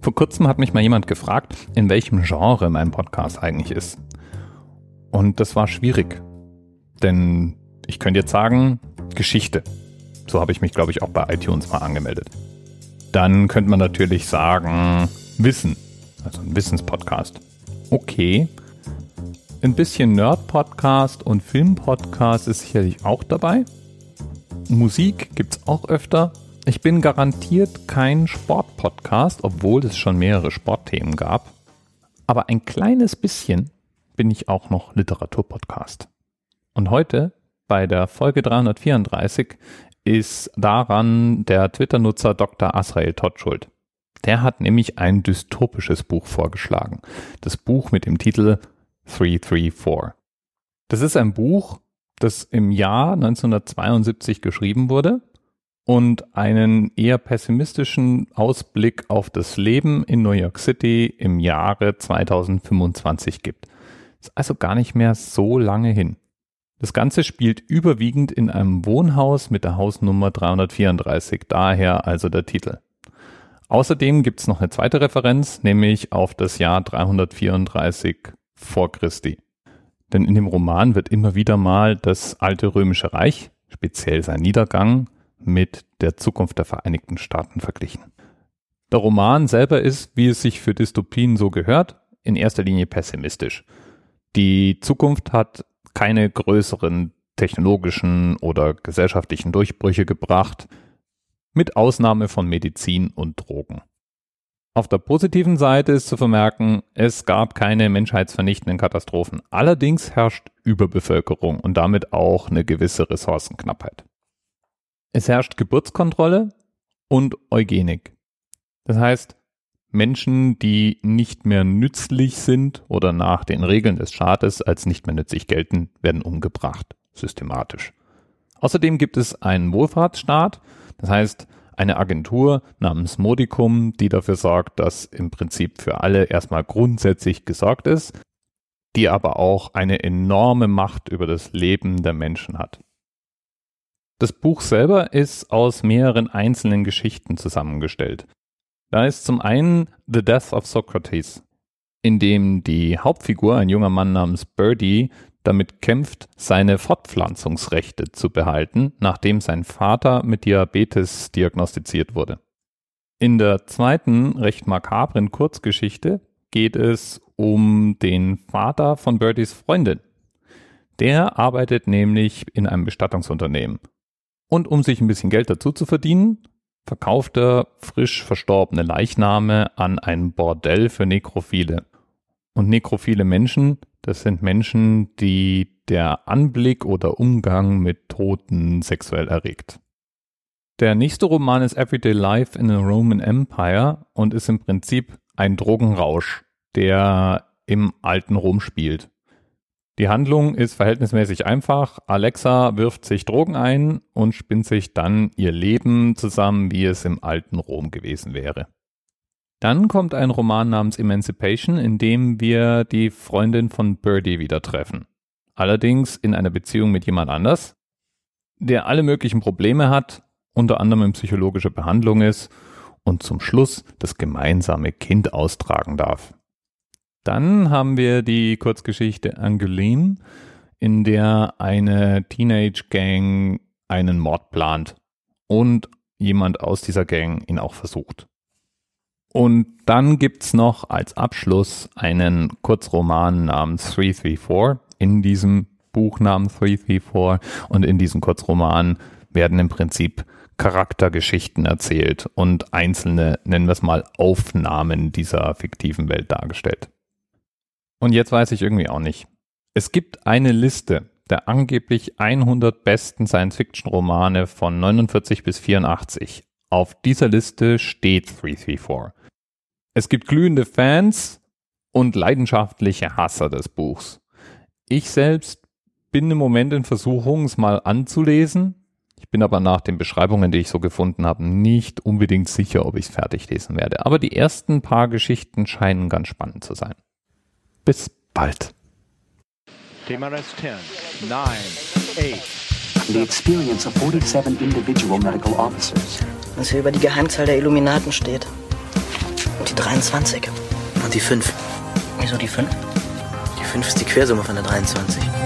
Vor kurzem hat mich mal jemand gefragt, in welchem Genre mein Podcast eigentlich ist. Und das war schwierig, denn ich könnte jetzt sagen, Geschichte. So habe ich mich, glaube ich, auch bei iTunes mal angemeldet. Dann könnte man natürlich sagen, Wissen, also ein Wissenspodcast. Okay. Ein bisschen Nerd-Podcast und Film-Podcast ist sicherlich auch dabei. Musik gibt's auch öfter. Ich bin garantiert kein Sport-Podcast, obwohl es schon mehrere Sportthemen gab. Aber ein kleines bisschen bin ich auch noch Literatur-Podcast. Und heute, bei der Folge 334, ist daran der Twitter-Nutzer Dr. Azrael Todd schuld. Der hat nämlich ein dystopisches Buch vorgeschlagen. Das Buch mit dem Titel 334. Das ist ein Buch, das im Jahr 1972 geschrieben wurde und einen eher pessimistischen Ausblick auf das Leben in New York City im Jahre 2025 gibt. Ist also gar nicht mehr so lange hin. Das Ganze spielt überwiegend in einem Wohnhaus mit der Hausnummer 334, daher also der Titel. Außerdem gibt es noch eine zweite Referenz, nämlich auf das Jahr 334 vor Christi. Denn in dem Roman wird immer wieder mal das alte Römische Reich, speziell sein Niedergang, mit der Zukunft der Vereinigten Staaten verglichen. Der Roman selber ist, wie es sich für Dystopien so gehört, in erster Linie pessimistisch. Die Zukunft hat keine größeren technologischen oder gesellschaftlichen Durchbrüche gebracht, mit Ausnahme von Medizin und Drogen. Auf der positiven Seite ist zu vermerken, es gab keine menschheitsvernichtenden Katastrophen. Allerdings herrscht Überbevölkerung und damit auch eine gewisse Ressourcenknappheit. Es herrscht Geburtskontrolle und Eugenik. Das heißt, Menschen, die nicht mehr nützlich sind oder nach den Regeln des Staates als nicht mehr nützlich gelten, werden umgebracht, systematisch. Außerdem gibt es einen Wohlfahrtsstaat, das heißt eine Agentur namens Modicum, die dafür sorgt, dass im Prinzip für alle erstmal grundsätzlich gesorgt ist, die aber auch eine enorme Macht über das Leben der Menschen hat. Das Buch selber ist aus mehreren einzelnen Geschichten zusammengestellt. Da ist zum einen The Death of Socrates, in dem die Hauptfigur, ein junger Mann namens Birdie, damit kämpft, seine Fortpflanzungsrechte zu behalten, nachdem sein Vater mit Diabetes diagnostiziert wurde. In der zweiten, recht makabren Kurzgeschichte geht es um den Vater von Birdies Freundin. Der arbeitet nämlich in einem Bestattungsunternehmen. Und um sich ein bisschen Geld dazu zu verdienen, verkauft er frisch verstorbene Leichname an ein Bordell für Nekrophile. Und nekrophile Menschen, das sind Menschen, die der Anblick oder Umgang mit Toten sexuell erregt. Der nächste Roman ist Everyday Life in the Roman Empire und ist im Prinzip ein Drogenrausch, der im alten Rom spielt. Die Handlung ist verhältnismäßig einfach. Alexa wirft sich Drogen ein und spinnt sich dann ihr Leben zusammen, wie es im alten Rom gewesen wäre. Dann kommt ein Roman namens Emancipation, in dem wir die Freundin von Birdie wieder treffen. Allerdings in einer Beziehung mit jemand anders, der alle möglichen Probleme hat, unter anderem in psychologischer Behandlung ist und zum Schluss das gemeinsame Kind austragen darf. Dann haben wir die Kurzgeschichte Angoulême, in der eine Teenage-Gang einen Mord plant und jemand aus dieser Gang ihn auch versucht. Und dann gibt's noch als Abschluss einen Kurzroman namens 334, in diesem Buch namens 334, und in diesem Kurzroman werden im Prinzip Charaktergeschichten erzählt und einzelne, nennen wir es mal, Aufnahmen dieser fiktiven Welt dargestellt. Und jetzt weiß ich irgendwie auch nicht. Es gibt eine Liste der angeblich 100 besten Science-Fiction-Romane von 49 bis 84. Auf dieser Liste steht 334. Es gibt glühende Fans und leidenschaftliche Hasser des Buchs. Ich selbst bin im Moment in Versuchung, es mal anzulesen. Ich bin aber nach den Beschreibungen, die ich so gefunden habe, nicht unbedingt sicher, ob ich es fertig lesen werde. Aber die ersten paar Geschichten scheinen ganz spannend zu sein. Bis bald. TMRS 10, 9, 8. The experience of 47 individual medical officers. Was hier über die Geheimzahl der Illuminaten steht. Die 23. Und die 5. Wieso die 5? Die 5 ist die Quersumme von der 23.